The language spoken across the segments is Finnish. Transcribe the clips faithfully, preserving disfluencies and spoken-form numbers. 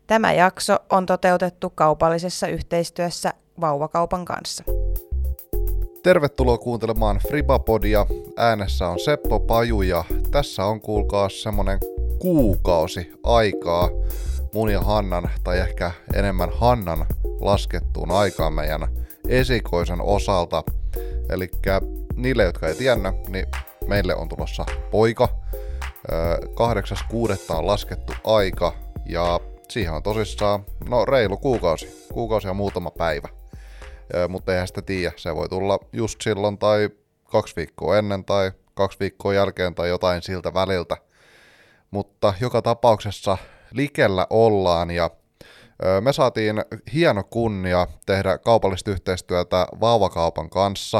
Tämä jakso on toteutettu kaupallisessa yhteistyössä Vauvakaupan kanssa. Tervetuloa kuuntelemaan Fribapodia. Äänessä on Seppo Paju ja tässä on kuulkaa semmonen kuukausi aikaa mun ja Hannan, tai ehkä enemmän Hannan laskettuun aikaan meidän esikoisen osalta. Elikkä niille, jotka ei tiennyt, niin meille on tulossa poika. kahdeksas kuudetta on laskettu aika ja siihen on tosissaan no reilu kuukausi, kuukausi ja muutama päivä. Mutta eihän sitä tiedä, se voi tulla just silloin tai kaksi viikkoa ennen tai kaksi viikkoa jälkeen tai jotain siltä väliltä. Mutta joka tapauksessa likellä ollaan ja me saatiin hieno kunnia tehdä kaupallista yhteistyötä Vauvakaupan kanssa.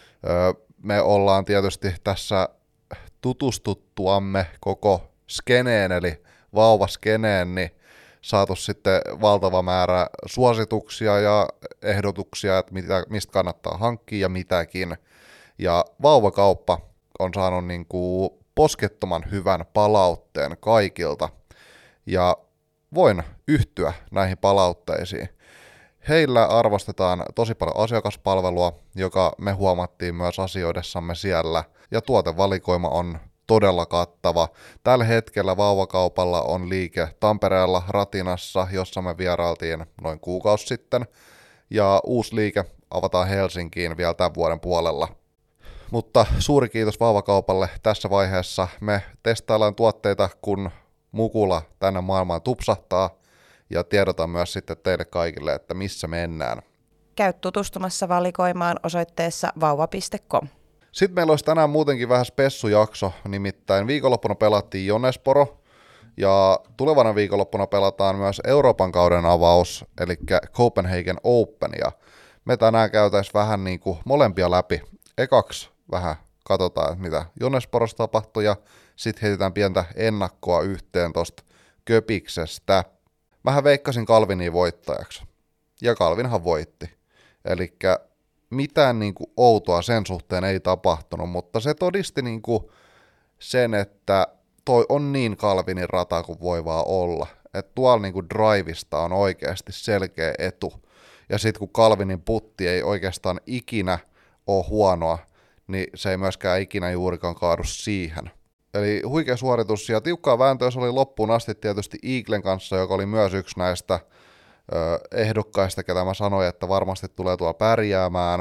Me ollaan tietysti tässä tutustuttuamme koko skeneen eli vauvaskeneen, niin saatu sitten valtava määrä suosituksia ja ehdotuksia, että mitä, mistä kannattaa hankkia ja mitäkin. Ja Vauvakauppa on saanut niin kuin poskettoman hyvän palautteen kaikilta. Ja voin yhtyä näihin palautteisiin. Heillä arvostetaan tosi paljon asiakaspalvelua, joka me huomattiin myös asioidessamme siellä. Ja tuotevalikoima on todella kattava. Tällä hetkellä Vauvakaupalla on liike Tampereella Ratinassa, jossa me vierailtiin noin kuukausi sitten. Ja uusi liike avataan Helsinkiin vielä tämän vuoden puolella. Mutta suuri kiitos Vauvakaupalle tässä vaiheessa. Me testaillaan tuotteita, kun mukula tänne maailmaan tupsahtaa. Ja tiedotan myös sitten teille kaikille, että missä mennään. Käy tutustumassa valikoimaan osoitteessa vauva piste com. Sitten meillä olisi tänään muutenkin vähän spessujakso, nimittäin viikonloppuna pelattiin Jonesporo, ja tulevana viikonloppuna pelataan myös Euroopan kauden avaus, eli Copenhagen Open, ja me tänään käytäisiin vähän niin kuin molempia läpi. Ekaksi vähän katsotaan, että mitä Jonesporossa tapahtui, ja sitten heitetään pientä ennakkoa yhteen tosta Köpiksestä. Mähän veikkasin Calvinia voittajaksi, ja Calvinhan voitti, elikkä mitään niin kuin outoa sen suhteen ei tapahtunut, mutta se todisti niin kuin sen, että toi on niin Calvinin rata kuin voi vaan olla. Että tuolla niin kuin drivista on oikeasti selkeä etu. Ja sitten kun Calvinin putti ei oikeastaan ikinä ole huonoa, niin se ei myöskään ikinä juurikaan kaadu siihen. Eli huikea suoritus ja tiukkaa vääntöä se oli loppuun asti tietysti Eaglen kanssa, joka oli myös yksi näistä ehdokkaista, ketä mä sanoin, että varmasti tulee tuolla pärjäämään,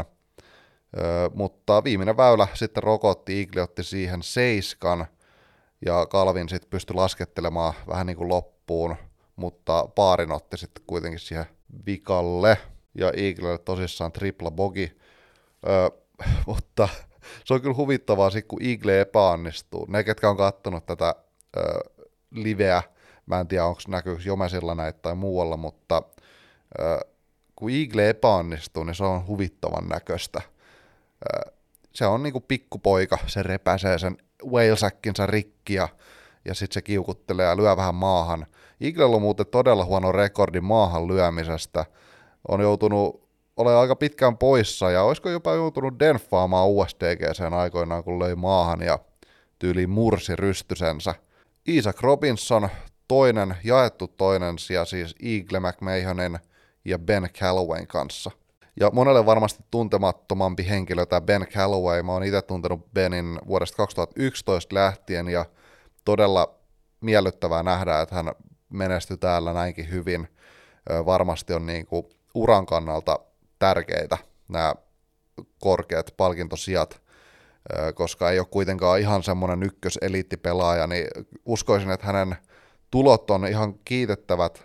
öö, mutta viimeinen väylä sitten rokotti, Eagle otti siihen seiskan, ja Calvin sitten pystyi laskettelemaan vähän niin kuin loppuun, mutta paarin otti sitten kuitenkin siihen vikalle, ja Eaglelle tosissaan tripla bogi, öö, mutta se on kyllä huvittavaa sit, kun Eagle epäonnistuu. Ne, ketkä on kattonut tätä öö, liveä, mä en tiedä, onko näkyykö Jomesilla näitä tai muualla, mutta äh, kun Eagle epäonnistuu, niin se on huvittavan näköistä. Äh, se on niinku pikkupoika, se repäsee sen whalesäkkinsä rikki ja, ja sitten se kiukuttelee ja lyö vähän maahan. Eaglella on muuten todella huono rekordi maahan lyömisestä. On joutunut olemaan aika pitkään poissa ja olisiko jopa joutunut denfaamaan U S D G:seen aikoinaan, kun löi maahan ja tyyliin mursi rystysensä. Isaac Robinson, toinen, jaettu toinen sija siis Eagle McMahonin ja Ben Callowayn kanssa. Ja monelle varmasti tuntemattomampi henkilö tämä Ben Calloway. Mä oon itse tuntenut Benin vuodesta kaksituhattayksitoista lähtien ja todella miellyttävää nähdä, että hän menestyi täällä näinkin hyvin. Varmasti on niinku uran kannalta tärkeitä nämä korkeat palkintosijat, koska ei ole kuitenkaan ihan semmoinen ykköseliittipelaaja, niin uskoisin, että hänen tulot on ihan kiitettävät,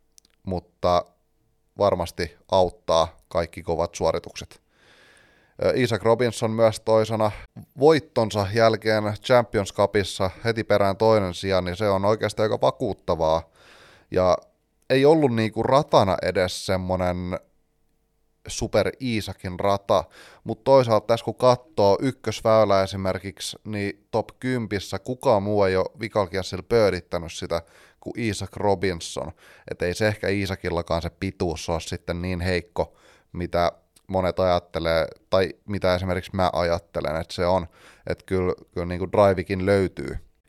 mutta varmasti auttaa kaikki kovat suoritukset. Isaac Robinson myös toisena voittonsa jälkeen Champions Cupissa heti perään toinen sija, niin se on oikeastaan aika vakuuttavaa. Ja ei ollut niinku ratana edes semmonen super Isaacin rata, mutta toisaalta tässä kun katsoo ykkösväylä esimerkiksi, niin top kympissä kukaan muu ei ole vikalkiassilla pöydittänyt sitä kuin Isaac Robinson, että ei se ehkä Isaacillakaan se pituus ole sitten niin heikko, mitä monet ajattelee, tai mitä esimerkiksi mä ajattelen, että se on, että kyllä, kyllä niin kuin drivekin löytyy.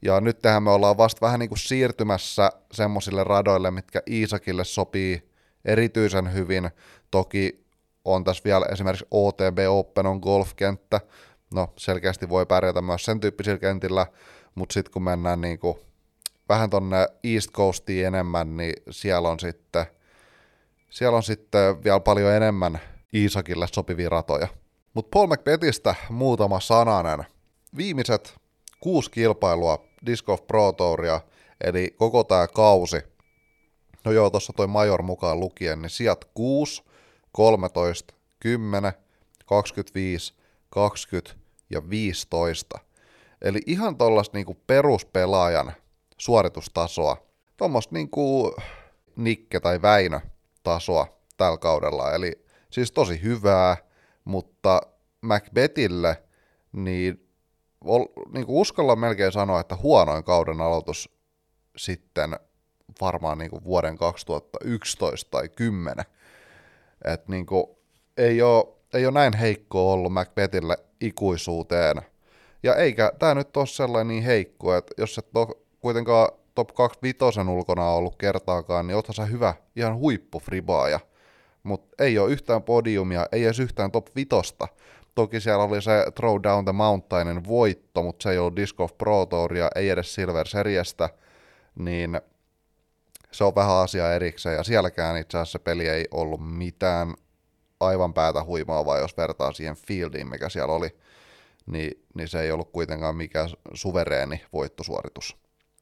Ja nyt tähän me ollaan vasta vähän niin kuin siirtymässä semmoisille radoille, mitkä Iisakille sopii erityisen hyvin. Toki on tässä vielä esimerkiksi O T B Open on golfkenttä. No selkeästi voi pärjätä myös sen tyyppisillä kentillä, mutta sitten kun mennään niin kuin vähän tonne East Coastiin enemmän, niin siellä on sitten, siellä on sitten vielä paljon enemmän Iisakille sopivia ratoja. Mutta Paul McBethistä muutama sananen. Viimeiset kuusi kilpailua Disc Golf Pro Touria, eli koko tämä kausi, no joo, tuossa toi Major mukaan lukien, niin sijat kuusi, kolmetoista, kymmenen, kaksikymmentäviisi, kaksikymmentä ja viisitoista. Eli ihan tollaista niinku peruspelaajan suoritustasoa. Tuommoista niinku Nikke- tai Väinö-tasoa tällä kaudella. Eli siis tosi hyvää, mutta McBethille niin, niin kuin uskallan melkein sanoa, että huonoin kauden aloitus sitten varmaan niin kuin vuoden kaksituhattayksitoista tai kymmenen. Että niin kuin ei ole, ei ole näin heikkoa ollut McBethille ikuisuuteen. Ja eikä tämä nyt ole sellainen niin heikko, että jos et ole kuitenkaan top kaksikymmentäviisi ulkona ollut kertaakaan, niin oothan sä hyvä, ihan huippufribaaja. Mutta ei ole yhtään podiumia, ei edes yhtään top vitosta. Toki siellä oli se Throw Down the Mountainin voitto, mutta se ei ollut Disc Golf Pro Touria, ei edes Silver Seriestä, niin se on vähän asia erikseen. Ja sielläkään itse asiassa se peli ei ollut mitään aivan päätä huimaavaa, jos vertaa siihen fieldiin, mikä siellä oli, niin, niin se ei ollut kuitenkaan mikään suvereeni voittosuoritus.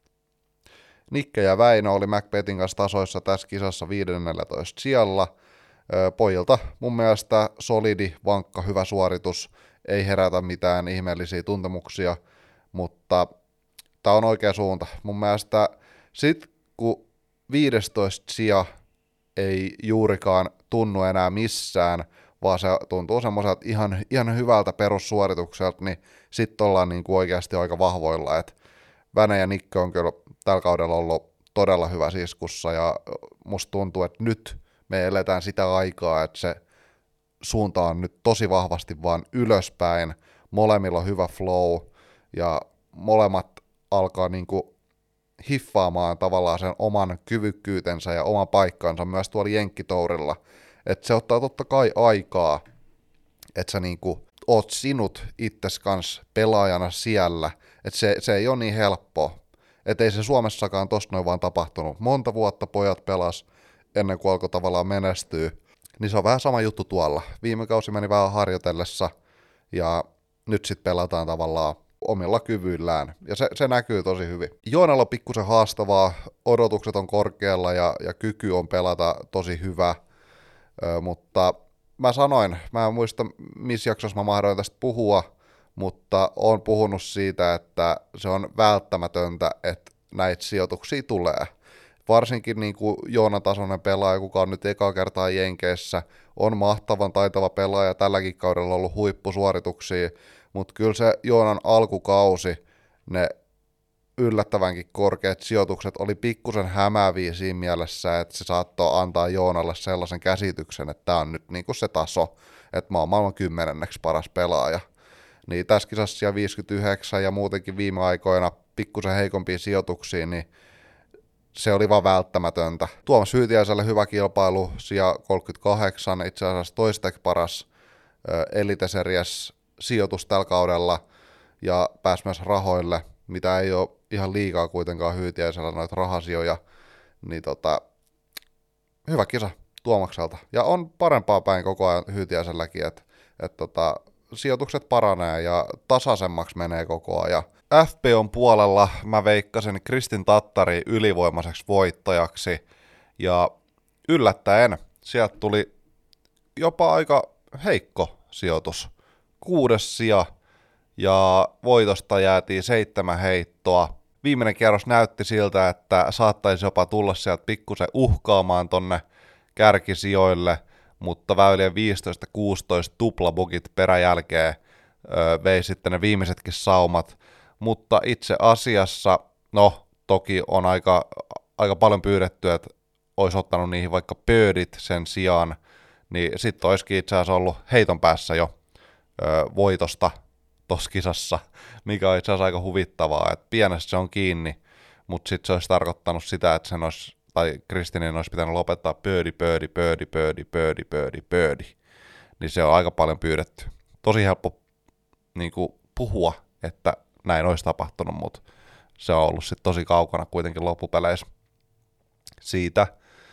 Nikke ja Väinö oli McBethin kanssa tasoissa tässä kisassa viidennellätoista sijalla. Pojilta mun mielestä solidi, vankka, hyvä suoritus, ei herätä mitään ihmeellisiä tuntemuksia, mutta tää on oikea suunta. Mun mielestä sit kun viidestoista sija ei juurikaan tunnu enää missään, vaan se tuntuu semmoiselta ihan, ihan hyvältä perussuoritukselta, niin sit ollaan niinku oikeasti aika vahvoilla, että Vänä ja Nikke on kyllä tällä kaudella ollut todella hyvä iskussa, ja musta tuntuu, että nyt me eletään sitä aikaa, että se suunta on nyt tosi vahvasti vaan ylöspäin, molemmilla on hyvä flow, ja molemmat alkaa niinku hiffaamaan tavallaan sen oman kyvykkyytensä ja oman paikkansa myös tuolla jenkkitourilla. Että se ottaa totta kai aikaa, että sä niinku oot sinut itses kanssa pelaajana siellä, että se, se ei ole niin helppoa. Että ei se Suomessakaan tosta noin vaan tapahtunut. Monta vuotta pojat pelas ennen kuin alkoi tavallaan menestyä. Niin se on vähän sama juttu tuolla. Viime kausi meni vähän harjoitellessa ja nyt sitten pelataan tavallaan omilla kyvyillään. Ja se, se näkyy tosi hyvin. Joonalla on pikkusen haastavaa, odotukset on korkealla ja, ja kyky on pelata tosi hyvä. Ö, mutta mä sanoin, mä en muista missä jaksossa mä mahdoin tästä puhua, mutta oon puhunut siitä, että se on välttämätöntä, että näitä sijoituksia tulee. Varsinkin niin kuin Joonan tasoinen pelaaja, kuka on nyt ekaa kertaa Jenkeissä, on mahtavan taitava pelaaja, tälläkin kaudella ollut huippusuorituksia, mutta kyllä se Joonan alkukausi, ne yllättävänkin korkeat sijoitukset oli pikkusen hämääviä siinä mielessä, että se saattoi antaa Joonalle sellaisen käsityksen, että tämä on nyt niin kuin se taso, että mä oon maailman kymmenenneksi paras pelaaja. Niin tässä kisassa siellä viisikymmentäyhdeksän ja muutenkin viime aikoina pikkusen heikompia sijoituksia, niin se oli vaan välttämätöntä. Tuomas Hyytiäiselle hyvä kilpailu, sija kolmekymmentäkahdeksan, itse asiassa toisteksi paras Elite Series sijoitus tällä kaudella, ja pääsi myös rahoille, mitä ei ole ihan liikaa kuitenkaan Hyytiäisellä noita rahasijoja, niin tota, hyvä kisa Tuomakselta. Ja on parempaa päin koko ajan Hyytiäiselläkin, että et tota, sijoitukset paranee ja tasaisemmaksi menee koko ajan. F P O:n puolella mä veikkasin Kristin Tattari ylivoimaiseksi voittajaksi, ja yllättäen sieltä tuli jopa aika heikko sijoitus. Kuudes sija, ja voitosta jäätiin seitsemän heittoa. Viimeinen kierros näytti siltä, että saattaisi jopa tulla sieltä pikkusen uhkaamaan tonne kärkisijoille, mutta väylien viisitoista kuusitoista tuplabugit peräjälkeen öö, vei sitten ne viimeisetkin saumat. Mutta itse asiassa, no toki on aika, aika paljon pyydetty, että olisi ottanut niihin vaikka birdit sen sijaan, niin sitten olisikin itse asiassa ollut heiton päässä jo ö, voitosta tossa kisassa, mikä on itse asiassa aika huvittavaa, että pienessä se on kiinni, mutta sitten se olisi tarkoittanut sitä, että sen olisi, tai Kristinin olisi pitänyt lopettaa pöödi, pöödi, pöödi, pöödi, pöödi, pöödi, pöödi. Niin se on aika paljon pyydetty. Tosi helppo niin kuin, puhua, että näin olisi tapahtunut, mutta se on ollut sitten tosi kaukana kuitenkin loppupeleissä siitä.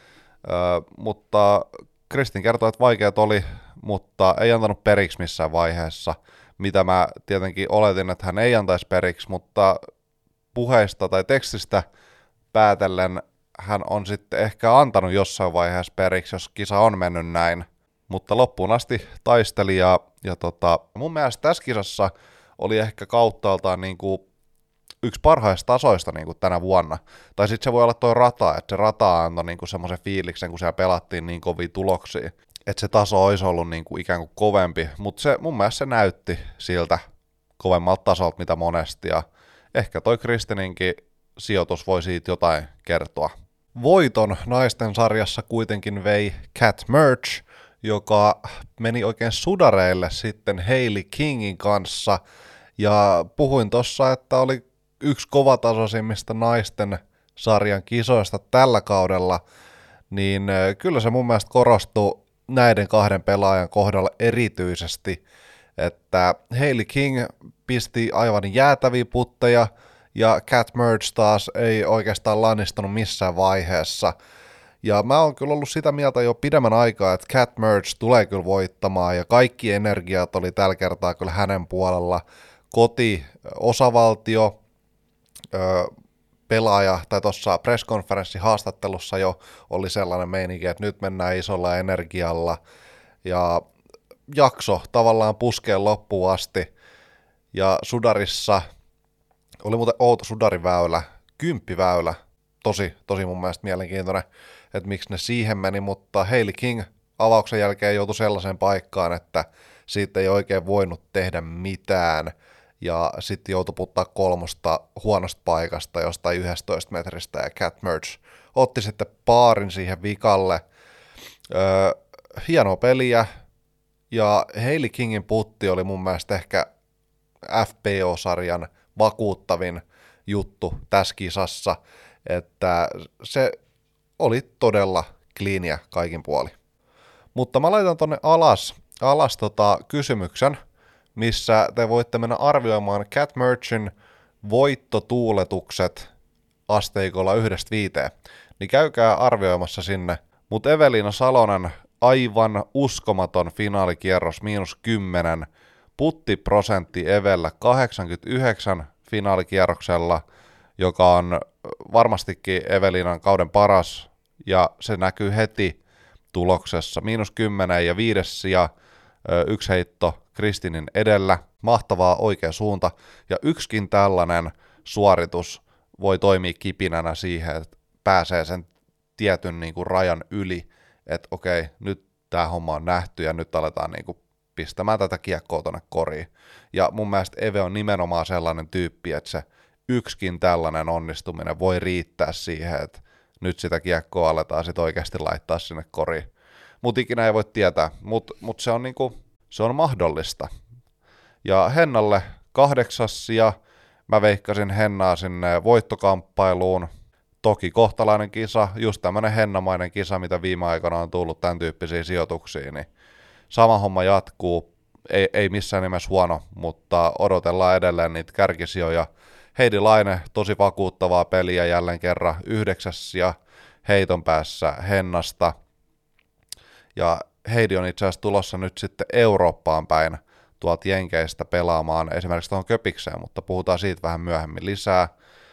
Ö, mutta Kristin kertoi, että vaikeat oli, mutta ei antanut periksi missään vaiheessa, mitä mä tietenkin oletin, että hän ei antaisi periksi, mutta puheista tai tekstistä päätellen hän on sitten ehkä antanut jossain vaiheessa periksi, jos kisa on mennyt näin, mutta loppuun asti taisteli ja, ja tota, mun mielestä tässä kisassa oli ehkä kauttaaltaan niinku yksi parhaista tasoista niinku tänä vuonna. Tai sitten se voi olla toi rata, että se rata antoi niinku semmoisen fiiliksen, kun siellä pelattiin niin kovia tuloksia, että se taso olisi ollut niinku ikään kuin kovempi, mutta se, mun mielestä se näytti siltä kovemmalta tasolta mitä monesti, ja ehkä toi Kristininkin sijoitus voi siitä jotain kertoa. Voiton naisten sarjassa kuitenkin vei Kat Mertz, joka meni oikein sudareille sitten Hailey Kingin kanssa, ja puhuin tossa, että oli yksi kovatasoisimmista naisten sarjan kisoista tällä kaudella, niin kyllä se mun mielestä korostui näiden kahden pelaajan kohdalla erityisesti, että Hailey King pisti aivan jäätäviä putteja, ja Kat Mertz taas ei oikeastaan lannistunut missään vaiheessa. Ja mä oon kyllä ollut sitä mieltä jo pidemmän aikaa, että Kat Mertz tulee kyllä voittamaan, ja kaikki energiat oli tällä kertaa kyllä hänen puolella. Koti, osavaltio, öö, pelaaja, tai tuossa press-konferenssihaastattelussa jo oli sellainen meininki, että nyt mennään isolla energialla, ja jakso tavallaan puskee loppuun asti, ja sudarissa oli muuten outo sudariväylä, kymppiväylä, tosi, tosi mun mielestä mielenkiintoinen, että miksi ne siihen meni, mutta Hailey King avauksen jälkeen joutui sellaiseen paikkaan, että siitä ei oikein voinut tehdä mitään, ja sitten joutui puttaa kolmosta huonosta paikasta jostain yksitoista metristä, ja Kat Mertz otti sitten paarin siihen vikalle. Öö, hienoa peliä, ja Hailey Kingin putti oli mun mielestä ehkä F P O-sarjan vakuuttavin juttu tässä kisassa, että se oli todella kliiniä kaikin puoli. Mutta mä laitan tonne alas, alas tota kysymyksen, missä te voitte mennä arvioimaan Kat Mertzin voittotuuletukset asteikolla yhdestä viiteen. Niin käykää arvioimassa sinne. Mutta Eveliina Salonen, aivan uskomaton finaalikierros, miinus kymmenen, puttiprosentti Evellä kahdeksankymmentäyhdeksän finaalikierroksella, joka on varmastikin Eveliinan kauden paras, ja se näkyy heti tuloksessa. Miinus kymmenen ja viides sija, yksi heitto Kristinin edellä, mahtavaa oikea suunta, ja yksikin tällainen suoritus voi toimia kipinänä siihen, että pääsee sen tietyn niin kuin rajan yli, että okei, nyt tämä homma on nähty, ja nyt aletaan niin kuin pistämään tätä kiekkoa tuonne koriin. Ja mun mielestä Eve on nimenomaan sellainen tyyppi, että se yksikin tällainen onnistuminen voi riittää siihen, että nyt sitä kiekkoa aletaan sit oikeasti laittaa sinne koriin. Mut ikinä ei voi tietää, mutta mut se, on niinku, se on mahdollista. Ja Hennalle kahdeksas ja mä veikkasin Hennaa sinne voittokamppailuun. Toki kohtalainen kisa, just tämmönen hennamainen kisa, mitä viime aikoina on tullut tämän tyyppisiä sijoituksia, niin sama homma jatkuu, ei, ei missään nimessä huono, mutta odotellaan edelleen niitä kärkisijoja. Heidi Laine, tosi vakuuttavaa peliä jälleen kerran, yhdeksäs ja heiton päässä Hennasta. Ja Heidi on itse asiassa tulossa nyt sitten Eurooppaan päin tuolta Jenkeistä pelaamaan, esimerkiksi tuohon Köpikseen, mutta puhutaan siitä vähän myöhemmin lisää.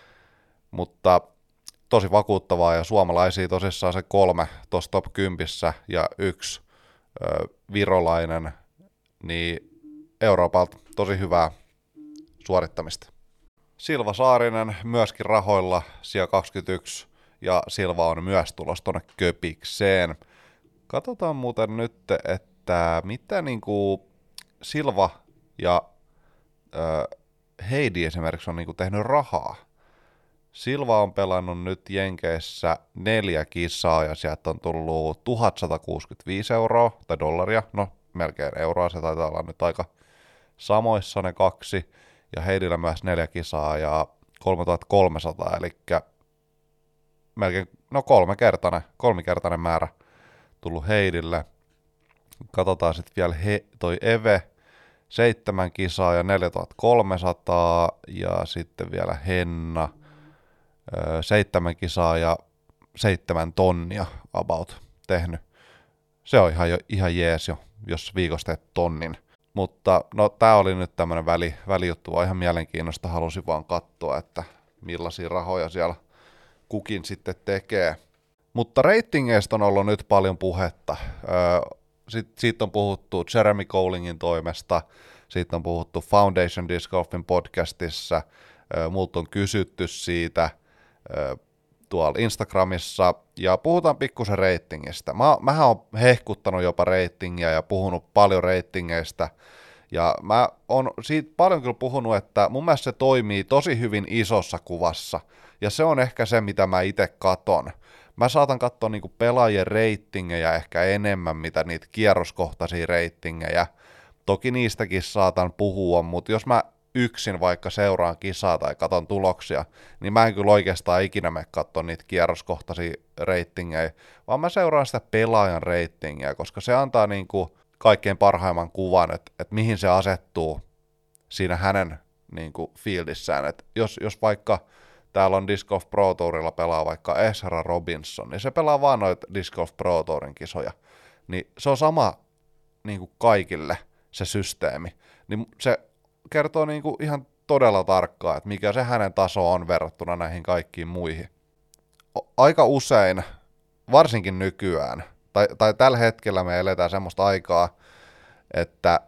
Mutta tosi vakuuttavaa, ja suomalaisia tosissaan se kolme tuossa top kympissä ja yksi ö, virolainen, niin Euroopalta tosi hyvää suorittamista. Silva Saarinen myöskin rahoilla, sija kaksikymmentäyksi, ja Silva on myös tulossa tuonne Köpikseen. Katsotaan muuten nyt, että mitä niinku Silva ja ö, Heidi esimerkiksi on niinku tehnyt rahaa. Silva on pelannut nyt Jenkeissä neljä kisaa, ja sieltä on tullut tuhatsatakuusikymmentäviisi euroa, tai dollaria, no melkein euroa, se taitaa olla nyt aika samoissa ne kaksi, ja Heidillä myös neljä kisaa ja kolmetuhattakolmesataa, eli melkein, no kolmekertainen, kolmikertainen määrä tullut Heidille. Katsotaan sitten vielä he, toi Eve, seitsemän kisaa ja neljätuhattakolmesataa, ja sitten vielä Henna, seitsemän kisaa ja seitsemän tonnia about tehnyt. Se on ihan, jo, ihan jees jo, jos viikossa teet tonnin. Mutta no tää oli nyt tämmönen väli, välijuttu, vaan ihan mielenkiinnosta, halusin vaan katsoa, että millaisia rahoja siellä kukin sitten tekee. Mutta ratingeista on ollut nyt paljon puhetta. Sitten siitä on puhuttu Jeremy Colingin toimesta, siitä on puhuttu Foundation Disc Golfin podcastissa, multa on kysytty siitä tuolla Instagramissa, ja puhutaan pikkusen ratingista. Mä, mähän oon hehkuttanut jopa ratingia ja puhunut paljon ratingeista, ja mä oon siitä paljon kyllä puhunut, että mun mielestä se toimii tosi hyvin isossa kuvassa, ja se on ehkä se, mitä mä itse katon. Mä saatan katsoa niinku pelaajien ratingejä ehkä enemmän, mitä niitä kierroskohtaisia ratingejä. Toki niistäkin saatan puhua, mutta jos mä yksin vaikka seuraan kisaa tai katon tuloksia, niin mä en kyllä oikeastaan ikinä mene katsoa niitä kierroskohtaisia ratingejä, vaan mä seuraan sitä pelaajan ratingia, koska se antaa niinku kaikkein parhaimman kuvan, että et mihin se asettuu siinä hänen niinku fiildissään. Et jos, jos vaikka täällä on Disc Golf Pro Tourilla pelaa vaikka Ezra Robinson, niin se pelaa vaan noita Disc Golf Pro Tourin kisoja, niin se on sama niinku kaikille se systeemi, niin se kertoo niinku ihan todella tarkkaan, että mikä se hänen taso on verrattuna näihin kaikkiin muihin. Aika usein, varsinkin nykyään, tai, tai tällä hetkellä me eletään semmoista aikaa, että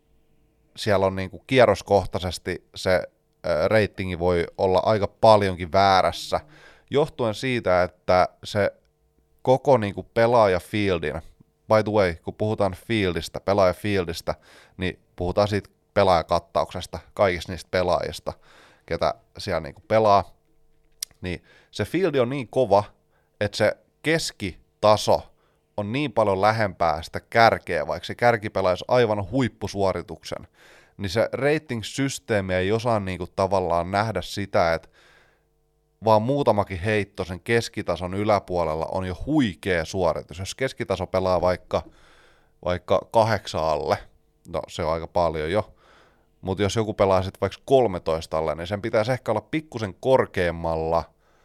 siellä on niinku kierroskohtaisesti se ratingi voi olla aika paljonkin väärässä, johtuen siitä, että se koko niinku pelaajafieldin, by the way, kun puhutaan fieldistä, pelaajafieldistä, niin puhutaan siitä pelaajakattauksesta, kaikista niistä pelaajista, ketä siellä niinku pelaa, niin se fieldi on niin kova, että se keskitaso on niin paljon lähempää sitä kärkeä, vaikka se kärki pelaisi aivan huippusuorituksen, niin se rating-systeemi ei osaa niinku tavallaan nähdä sitä, että vaan muutamakin heitto sen keskitason yläpuolella on jo huikea suoritus. Jos keskitaso pelaa vaikka, vaikka kahdeksan alle, no se on aika paljon jo, mutta jos joku pelaa sitten vaikka kolmetoista alle, niin sen pitäisi ehkä olla pikkusen korkeammalla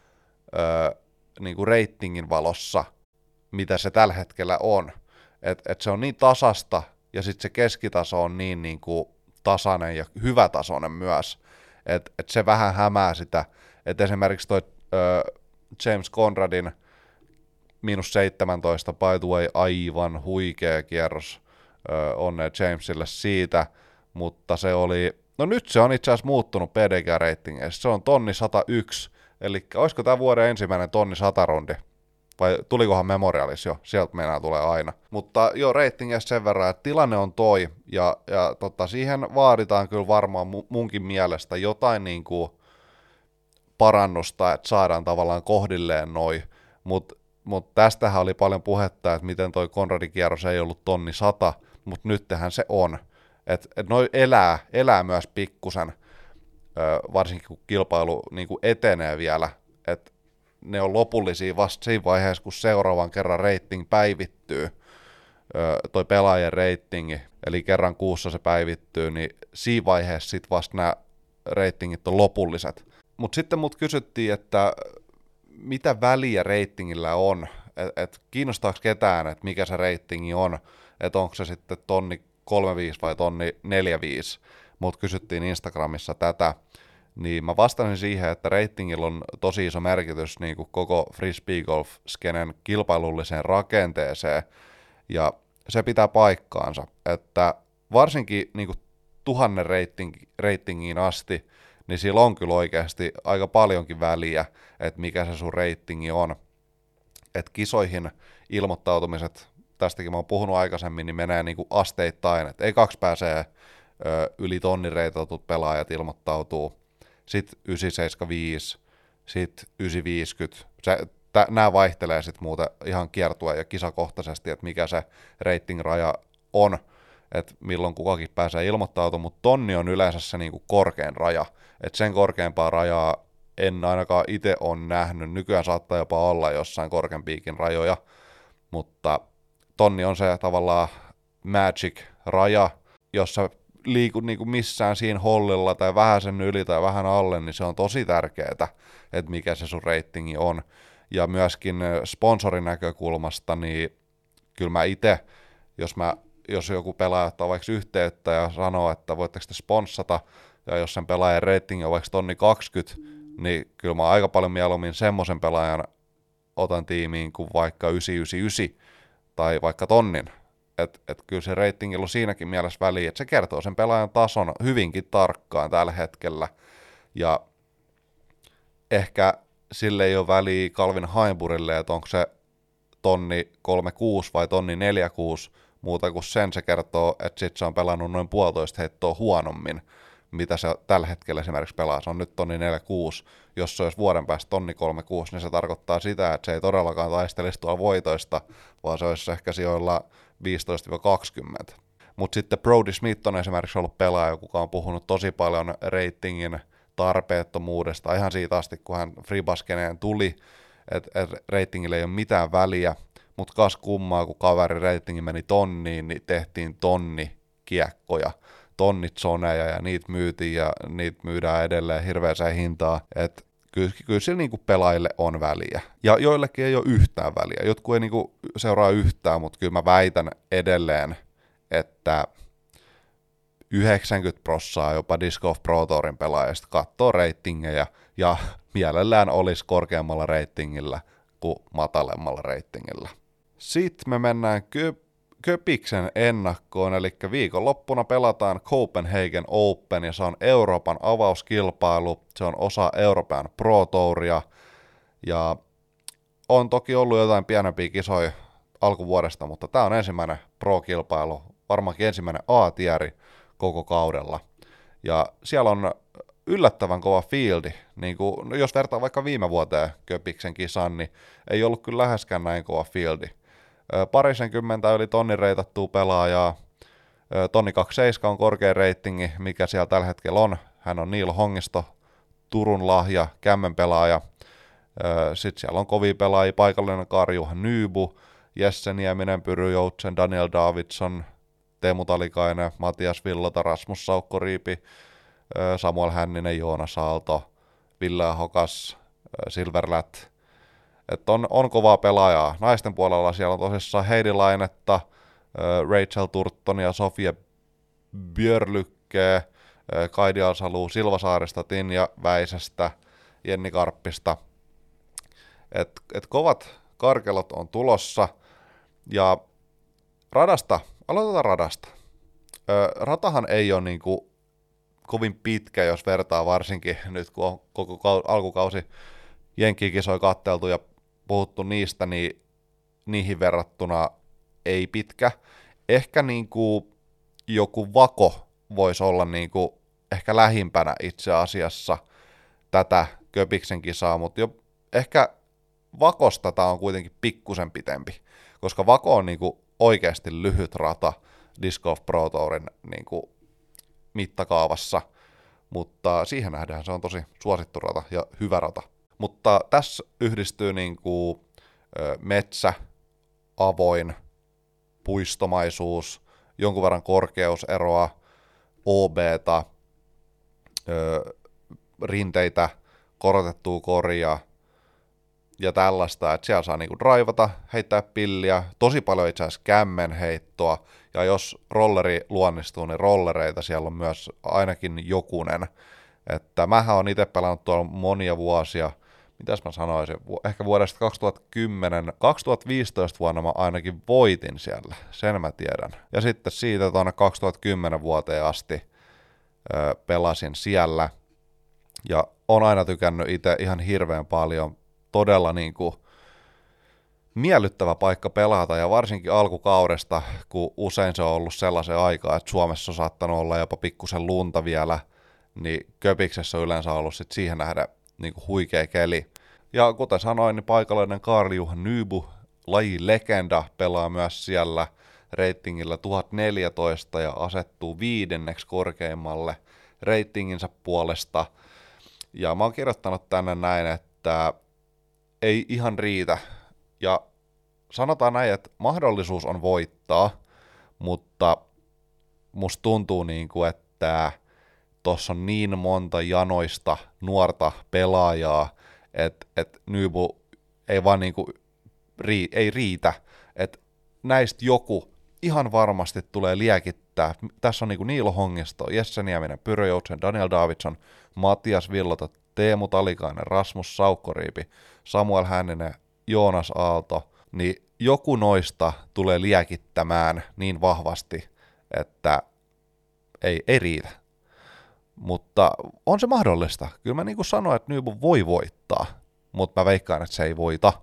öö, niinku ratingin valossa, mitä se tällä hetkellä on. Että et se on niin tasasta, ja sitten se keskitaso on niin niinku tasainen ja hyvätasoinen myös, että et se vähän hämää sitä, että esimerkiksi toi ö, James Conradin miinus seitsemäntoista, by the way, aivan huikea kierros, ö, onnea Jamesille siitä, mutta se oli, no nyt se on itse asiassa muuttunut P D G-ratingeissa, se on tonni sata yksi, eli olisiko tämä vuoden ensimmäinen tonni sata rundi, vai tulikohan Memorialis jo, sieltä meinaa tulee aina. Mutta joo, ratingeissa sen verran, että tilanne on toi, ja, ja tota, siihen vaaditaan kyllä varmaan munkin mielestä jotain niin kuin parannusta, että saadaan tavallaan kohdilleen noi, mutta mut tästähän oli paljon puhetta, että miten toi Conradin kierros ei ollut tonni sata, mutta nythän se on. Että et noi elää, elää myös pikkusen, varsinkin kun kilpailu niin kuin etenee vielä, että ne on lopullisia vasta siinä vaiheessa, kun seuraavan kerran rating päivittyy, toi pelaajien ratingi, eli kerran kuussa se päivittyy, niin siinä vaiheessa sit vasta nämä ratingit on lopulliset. Mutta sitten mut kysyttiin, että mitä väliä ratingillä on, että et kiinnostaako ketään, että mikä se ratingi on, että onko se sitten tonni kolmekymmentäviisi vai tonni neljäkymmentäviisi, mut kysyttiin Instagramissa tätä, niin mä vastasin siihen, että ratingilla on tosi iso merkitys niin kuin koko frisbee golf-skenen kilpailulliseen rakenteeseen, ja se pitää paikkaansa, että varsinkin niin kuin tuhannen rating, ratingiin asti, niin sillä on kyllä oikeasti aika paljonkin väliä, että mikä se sun ratingi on. Että kisoihin ilmoittautumiset, tästäkin mä oon puhunut aikaisemmin, niin menee niin kuin asteittain, että ei kaksi pääsee ö, yli tonnin reitoutut pelaajat ilmoittautuu, sitten yhdeksänsataaseitsemänkymmentäviisi, sitten yhdeksänsataaviisikymmentä, se, tä, nämä vaihtelee sitten muuten ihan kiertue ja kisakohtaisesti, että mikä se rating-raja on, että milloin kukakin pääsee ilmoittautumaan, mutta tonni on yleensä se niinku korkein raja, että sen korkeampaa rajaa en ainakaan itse ole nähnyt, nykyään saattaa jopa olla jossain korkeampiikin rajoja, mutta tonni on se tavallaan magic-raja, jossa liikut niinku missään siinä hollilla tai vähän sen yli tai vähän alle, niin se on tosi tärkeää, että mikä se sun ratingi on. Ja myöskin sponsorin näkökulmasta, niin kyllä mä itse, jos, mä, jos joku pelaaja ottaa vaikka yhteyttä ja sanoo, että voitteko te sponssata, ja jos sen pelaajan ratingi on vaikka tonni kaksikymmentä, niin kyllä mä aika paljon mieluummin semmoisen pelaajan otan tiimiin kuin vaikka yhdeksänsataayhdeksänkymmentäyhdeksän tai vaikka tonnin. Että et kyllä se ratingilla on siinäkin mielessä väliä, että se kertoo sen pelaajan tason hyvinkin tarkkaan tällä hetkellä. Ja ehkä sille ei ole väliä Calvin Heimburille, että onko se tonni kolmekymmentäkuusi vai tonni neljäkymmentäkuusi, muuta kuin sen se kertoo, että sit se on pelannut noin puolitoista heittoa huonommin, mitä se tällä hetkellä esimerkiksi pelaa. Se on nyt tonni neljäkymmentäkuusi. Jos se olisi vuoden päästä tonni kolmekymmentäkuusi, niin se tarkoittaa sitä, että se ei todellakaan taistelisi tuolla voitoista, vaan se olisi ehkä sijoilla viisitoista kaksikymmentä. Mutta sitten Brodie Smith on esimerkiksi ollut pelaaja, kuka on puhunut tosi paljon ratingin tarpeettomuudesta, ihan siitä asti, kun hän Freebaskeneen tuli, että et ratingille ei ole mitään väliä, mutta kas kummaa, kun kaverin ratingi meni tonniin, niin tehtiin tonni kiekkoja, tonnit zoneja ja niitä myytiin ja niitä myydään edelleen hirveäseen hintaan, että kyllä, kyllä sillä niinku pelaajille on väliä. Ja joillekin ei ole yhtään väliä, jotkut ei niinku seuraa yhtään, mutta kyllä mä väitän edelleen, että yhdeksänkymmentä prosenttia jopa Disc Golf Pro Tourin pelaajista katsoo ratingeja ja mielellään olisi korkeammalla ratingilla kuin matalemmalla ratingilla. Sitten me mennään Kö- Köpiksen ennakkoon, eli viikonloppuna pelataan Copenhagen Open ja se on Euroopan avauskilpailu, se on osa Euroopan Pro Touria ja on toki ollut jotain pienempiä kisoja alkuvuodesta, mutta tämä on ensimmäinen pro-kilpailu, varmaankin ensimmäinen A-tieri koko kaudella. Ja siellä on yllättävän kova fieldi, niin kuin, no jos vertaa vaikka viime vuoteen Köpiksen kisaan, niin ei ollut kyllä läheskään näin kova fieldi. Parisenkymmentä yli tonnin reitattua pelaajaa, tonni kaksikymmentäseitsemän on korkein reitingi, mikä siellä tällä hetkellä on. Hän on Neil Hongisto, Turun lahja, Kämmen pelaaja. Sitten siellä on kovia pelaajia, paikallinen Karjuha Nybu, Jesse Nieminen, Pyry Joutsen, Daniel Davidson, Teemu Talikainen, Matias Villota, Rasmus Saukkoriipi, Samuel Hänninen, Joonas Aalto, Ville Hokas, Silverlät. Että on, on kovaa pelaajaa. Naisten puolella siellä on tosissaan Heidi Lainetta, Rachel Turton ja Sofia Björlykke, Kaidi Alsalu, Silvasaaresta, Tinja Väisestä, Jenni Karppista. Et, et kovat karkelot on tulossa. Ja radasta, aloitetaan radasta. Ö, ratahan ei ole niinku kovin pitkä, jos vertaa varsinkin nyt, kun on koko kau- alkukausi jenkkikisoja katteltu ja puhuttu niistä, niin niihin verrattuna ei pitkä. Ehkä niinku joku Vako voisi olla niinku ehkä lähimpänä itse asiassa tätä Köpiksen kisaa, mutta jo ehkä Vakosta tämä on kuitenkin pikkusen pitempi, koska Vako on niinku oikeasti lyhyt rata Disc Golf Pro Tourin niinku mittakaavassa, mutta siihen nähdään se on tosi suosittu rata ja hyvä rata. Mutta tässä yhdistyy niinku ö, metsä, avoin, puistomaisuus, jonkun verran korkeuseroa, O B:ta, ö, rinteitä, korotettua koria ja tällaista, että siellä saa niinku draivata, heittää pilliä, tosi paljon itse asiassa kämmenheittoa, ja jos rolleri luonnistuu, niin rollereita siellä on myös ainakin jokunen. Että mähän on itse pelannut tuolla monia vuosia, mitäs mä sanoisin, ehkä vuodesta kaksituhattakymmenen, kaksituhattaviisitoista vuonna mä ainakin voitin siellä, sen mä tiedän. Ja sitten siitä tuonne kaksituhattakymmenen vuoteen asti ö, pelasin siellä, ja on aina tykännyt itse ihan hirveän paljon, todella niin kuin miellyttävä paikka pelata, ja varsinkin alkukaudesta, kun usein se on ollut sellaisen aikaa, että Suomessa on saattanut olla jopa pikkusen lunta vielä, niin Köpiksessä on yleensä ollut sit siihen nähden niin kuin huikea keli. Ja kuten sanoin, niin paikallinen Karl-Juha Nybu, lajilegenda, pelaa myös siellä. ratingillä tuhat neljätoista ja asettuu viidenneksi korkeimmalle ratinginsa puolesta. Ja mä oon kirjoittanut tänne näin, että ei ihan riitä. Ja sanotaan näin, että mahdollisuus on voittaa, mutta musta tuntuu niin kuin, että tossa on niin monta janoista nuorta pelaajaa, että et Nybu ei vaan niinku rii, ei riitä, että näistä joku ihan varmasti tulee liekittää. Tässä on niinku Niilo Hongisto, Jesse Nieminen, Pyry Joutsen, Daniel Davidson, Matias Villota, Teemu Talikainen, Rasmus Saukkoriipi, Samuel Hänninen, Joonas Aalto, niin joku noista tulee liekittämään niin vahvasti, että ei, ei riitä. Mutta on se mahdollista. Kyllä mä niin kuin sanoin, että Nybo voi voittaa, mutta mä veikkaan, että se ei voita.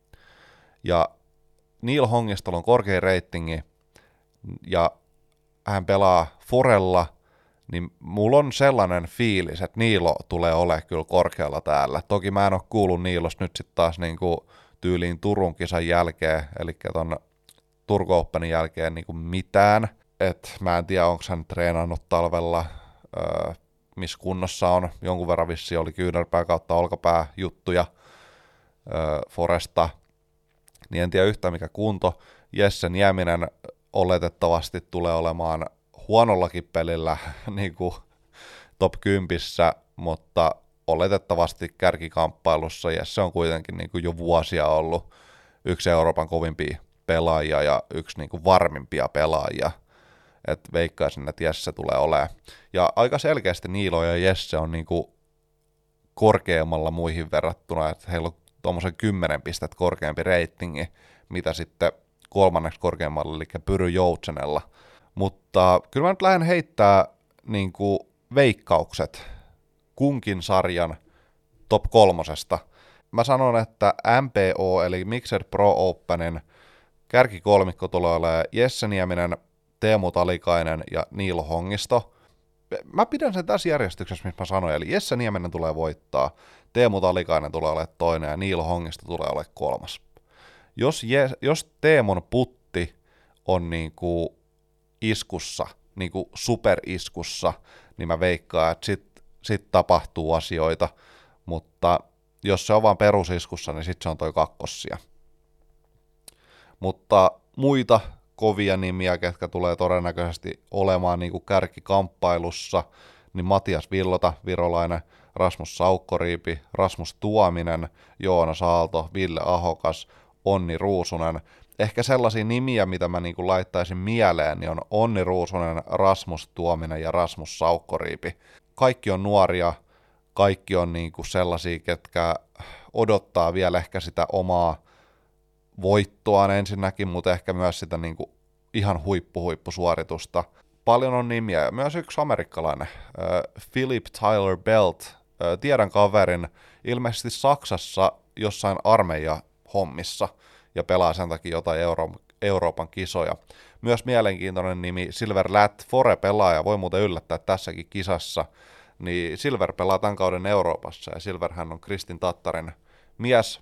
Ja Niilo Hongistolla on korkein ratingi, ja hän pelaa Forella, niin mulla on sellainen fiilis, että Niilo tulee olemaan kyllä korkealla täällä. Toki mä en ole kuullut Niilosta nyt sitten taas niin kuin tyyliin Turun kisan jälkeen, eli ton Turku Openin jälkeen niin kuin mitään. Et mä en tiedä, onko hän treenannut talvella, öö, missä kunnossa on. Jonkun verran vissi oli kyynärpää kautta olkapää juttuja öö, Foresta. Niin en tiedä yhtään mikä kunto. Jesse Nieminen oletettavasti tulee olemaan huonollakin pelillä niin kuin top kymmenen, mutta oletettavasti kärkikamppailussa Jesse on kuitenkin niin kuin jo vuosia ollut yksi Euroopan kovimpia pelaajia ja yksi niin kuin varmimpia pelaajia. Et veikkaisin, että Jesse tulee olemaan. Ja aika selkeästi Niilo ja Jesse on niin kuin korkeammalla muihin verrattuna, että heillä on tuommoisen kymmenen pistettä korkeampi ratingi, mitä sitten kolmanneksi korkeammalle, eli Pyry Joutsenella. Mutta kyllä mä nyt lähden heittää niin kuin veikkaukset kunkin sarjan top kolmosesta. Mä sanon, että M P O eli Mixed Pro Openin kärkikolmikko tulee olemaan Jesse Nieminen, Teemu Talikainen ja Niilo Hongisto. Mä pidän sen tässä järjestyksessä, missä mä sanoin, eli Jesse Nieminen tulee voittaa, Teemu Talikainen tulee olemaan toinen ja Niilo Hongisto tulee olemaan kolmas. Jos, Je- jos Teemun putti on niinku iskussa, niinku superiskussa, niin mä veikkaan, että sit, sit tapahtuu asioita, mutta jos se on vaan perusiskussa, niin sit se on toi kakkossia. Mutta muita kovia nimiä, ketkä tulee todennäköisesti olemaan niin kuin kärkikamppailussa, niin Matias Villota, virolainen, Rasmus Saukkoriipi, Rasmus Tuominen, Joonas Aalto, Ville Ahokas, Onni Ruusunen. Ehkä sellaisia nimiä, mitä mä niin kuin laittaisin mieleen, niin on Onni Ruusunen, Rasmus Tuominen ja Rasmus Saukkoriipi. Kaikki on nuoria, kaikki on niin kuin sellaisia, ketkä odottaa vielä ehkä sitä omaa voittoaan ensinnäkin, mutta ehkä myös sitä niin kuin ihan huippu-huippusuoritusta. Paljon on nimiä, ja myös yksi amerikkalainen, äh, Philip Tyler Belt, äh, tiedän kaverin, ilmeisesti Saksassa jossain armeija-hommissa, ja pelaa sen takia jotain Euro- Euroopan kisoja. Myös mielenkiintoinen nimi, Silver Lat, Fore-pelaaja, voi muuten yllättää tässäkin kisassa, niin Silver pelaa tämän kauden Euroopassa, ja Silverhän on Kristin Tattarin mies,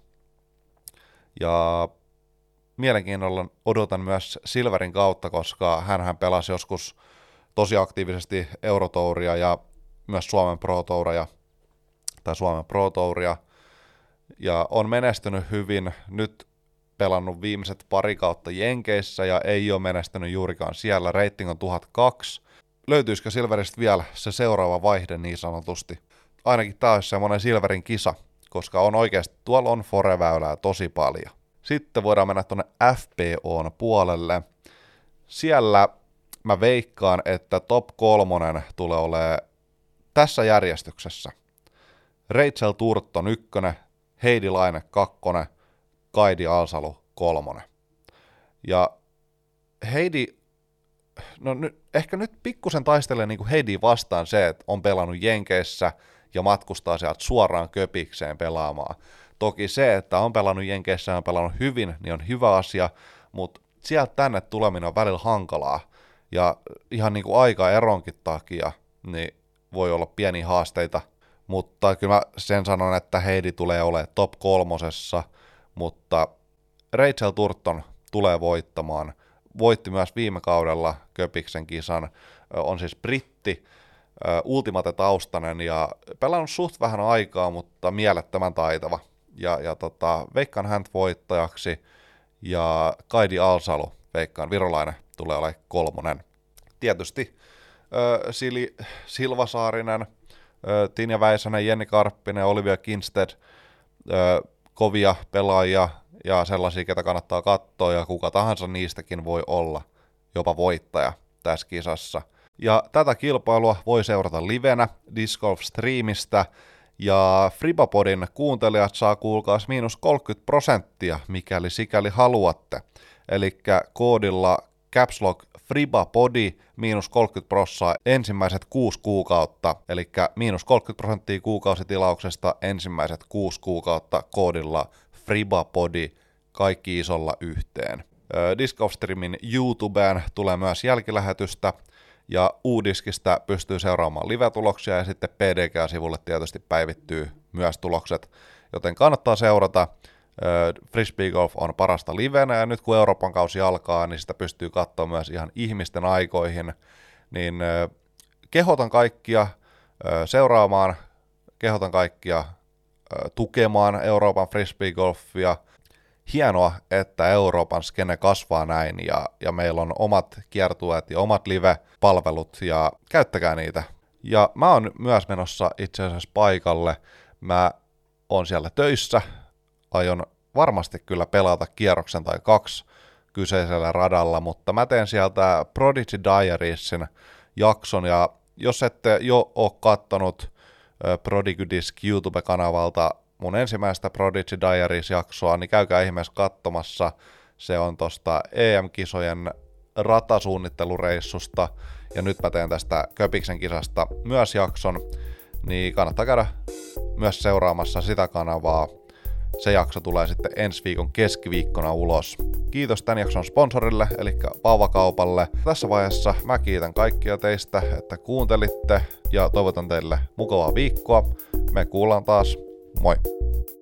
ja mielenkiinnolla odotan myös Silverin kautta, koska hänhän pelasi joskus tosi aktiivisesti Eurotouria ja myös Suomen Pro Touria, tai Suomen Pro Touria, ja on menestynyt hyvin, nyt pelannut viimeiset pari kautta Jenkeissä, ja ei ole menestynyt juurikaan siellä, rating on tuhat kaksi. Löytyisikö Silveristä vielä se seuraava vaihde niin sanotusti? Ainakin tämä olisi semmoinen Silverin kisa, koska on oikeasti, tuolla on Fore-väylää tosi paljon. Sitten voidaan mennä tuonne F P O:n puolelle. Siellä mä veikkaan, että top kolmonen tulee olemaan tässä järjestyksessä. Rachel Turton ykkönen, Heidi Laine kakkonen, Kaidi Alsalu kolmonen. Ja Heidi, no nyt, ehkä nyt pikkusen taistelee niin kuin Heidi vastaan se, että on pelannut Jenkeissä ja matkustaa sieltä suoraan Köpikseen pelaamaan. Toki se, että on pelannut Jenkeissä ja on pelannut hyvin, niin on hyvä asia, mutta sieltä tänne tuleminen on välillä hankalaa. Ja ihan niin kuin aikaeronkin takia niin voi olla pieniä haasteita, mutta kyllä mä sen sanon, että Heidi tulee olemaan top kolmosessa, mutta Rachel Turton tulee voittamaan. voitti myös viime kaudella Köpiksen kisan, on siis britti, Ultimate-taustainen ja pelannut suht vähän aikaa, mutta mielettömän taitava. Ja, ja tota, veikkaan häntä voittajaksi, ja Kaidi Alsalu, veikkaan virolainen, tulee olemaan kolmonen. Tietysti ö, Sili, Silvasaarinen, ö, Tinja Väisänen, Jenni Karppinen, Olivia Kinsted, ö, kovia pelaajia ja sellaisia, ketä kannattaa katsoa, ja kuka tahansa niistäkin voi olla jopa voittaja tässä kisassa. Ja tätä kilpailua voi seurata livenä Disc Golf Streamistä, ja Fribapodin kuuntelijat saa kuulkaas miinus kolmekymmentä prosenttia, mikäli sikäli haluatte. Eli koodilla Caps Lock Fribapodi miinus kolmekymmentä prossaa ensimmäiset kuusi kuukautta, eli miinus kolmekymmentä prosenttia kuukausitilauksesta ensimmäiset kuusi kuukautta koodilla Fribapodi, kaikki isolla yhteen. Disc Golf Streamin YouTubeen tulee myös jälkilähetystä, ja Udiskistä pystyy seuraamaan live-tuloksia, ja sitten P D G-sivulle tietysti päivittyy myös tulokset, joten kannattaa seurata. Frisbee Golf on parasta livenä, ja nyt kun Euroopan kausi alkaa, niin sitä pystyy katsoa myös ihan ihmisten aikoihin, niin kehotan kaikkia seuraamaan, kehotan kaikkia tukemaan Euroopan Frisbee Golfia. Hienoa, että Euroopan skene kasvaa näin, ja, ja meillä on omat kiertueet ja omat live-palvelut, ja käyttäkää niitä. Ja mä oon myös menossa itse asiassa paikalle, mä oon siellä töissä, aion varmasti kyllä pelata kierroksen tai kaksi kyseisellä radalla, mutta mä teen sieltä Prodigy Diariesin jakson, ja jos ette jo ole kattonut Prodigy Disc YouTube-kanavalta mun ensimmäistä Prodigy Diaries-jaksoa, niin käykää ihmeessä katsomassa. Se on tosta E M-kisojen ratasuunnittelureissusta, ja nyt mä teen tästä Köpiksen kisasta myös jakson, niin kannattaa käydä myös seuraamassa sitä kanavaa. Se jakso tulee sitten ensi viikon keskiviikkona ulos. Kiitos tämän jakson sponsorille, eli Vauvakaupalle. Tässä vaiheessa mä kiitän kaikkia teistä, että kuuntelitte, ja toivotan teille mukavaa viikkoa. Me kuullaan taas. Moi!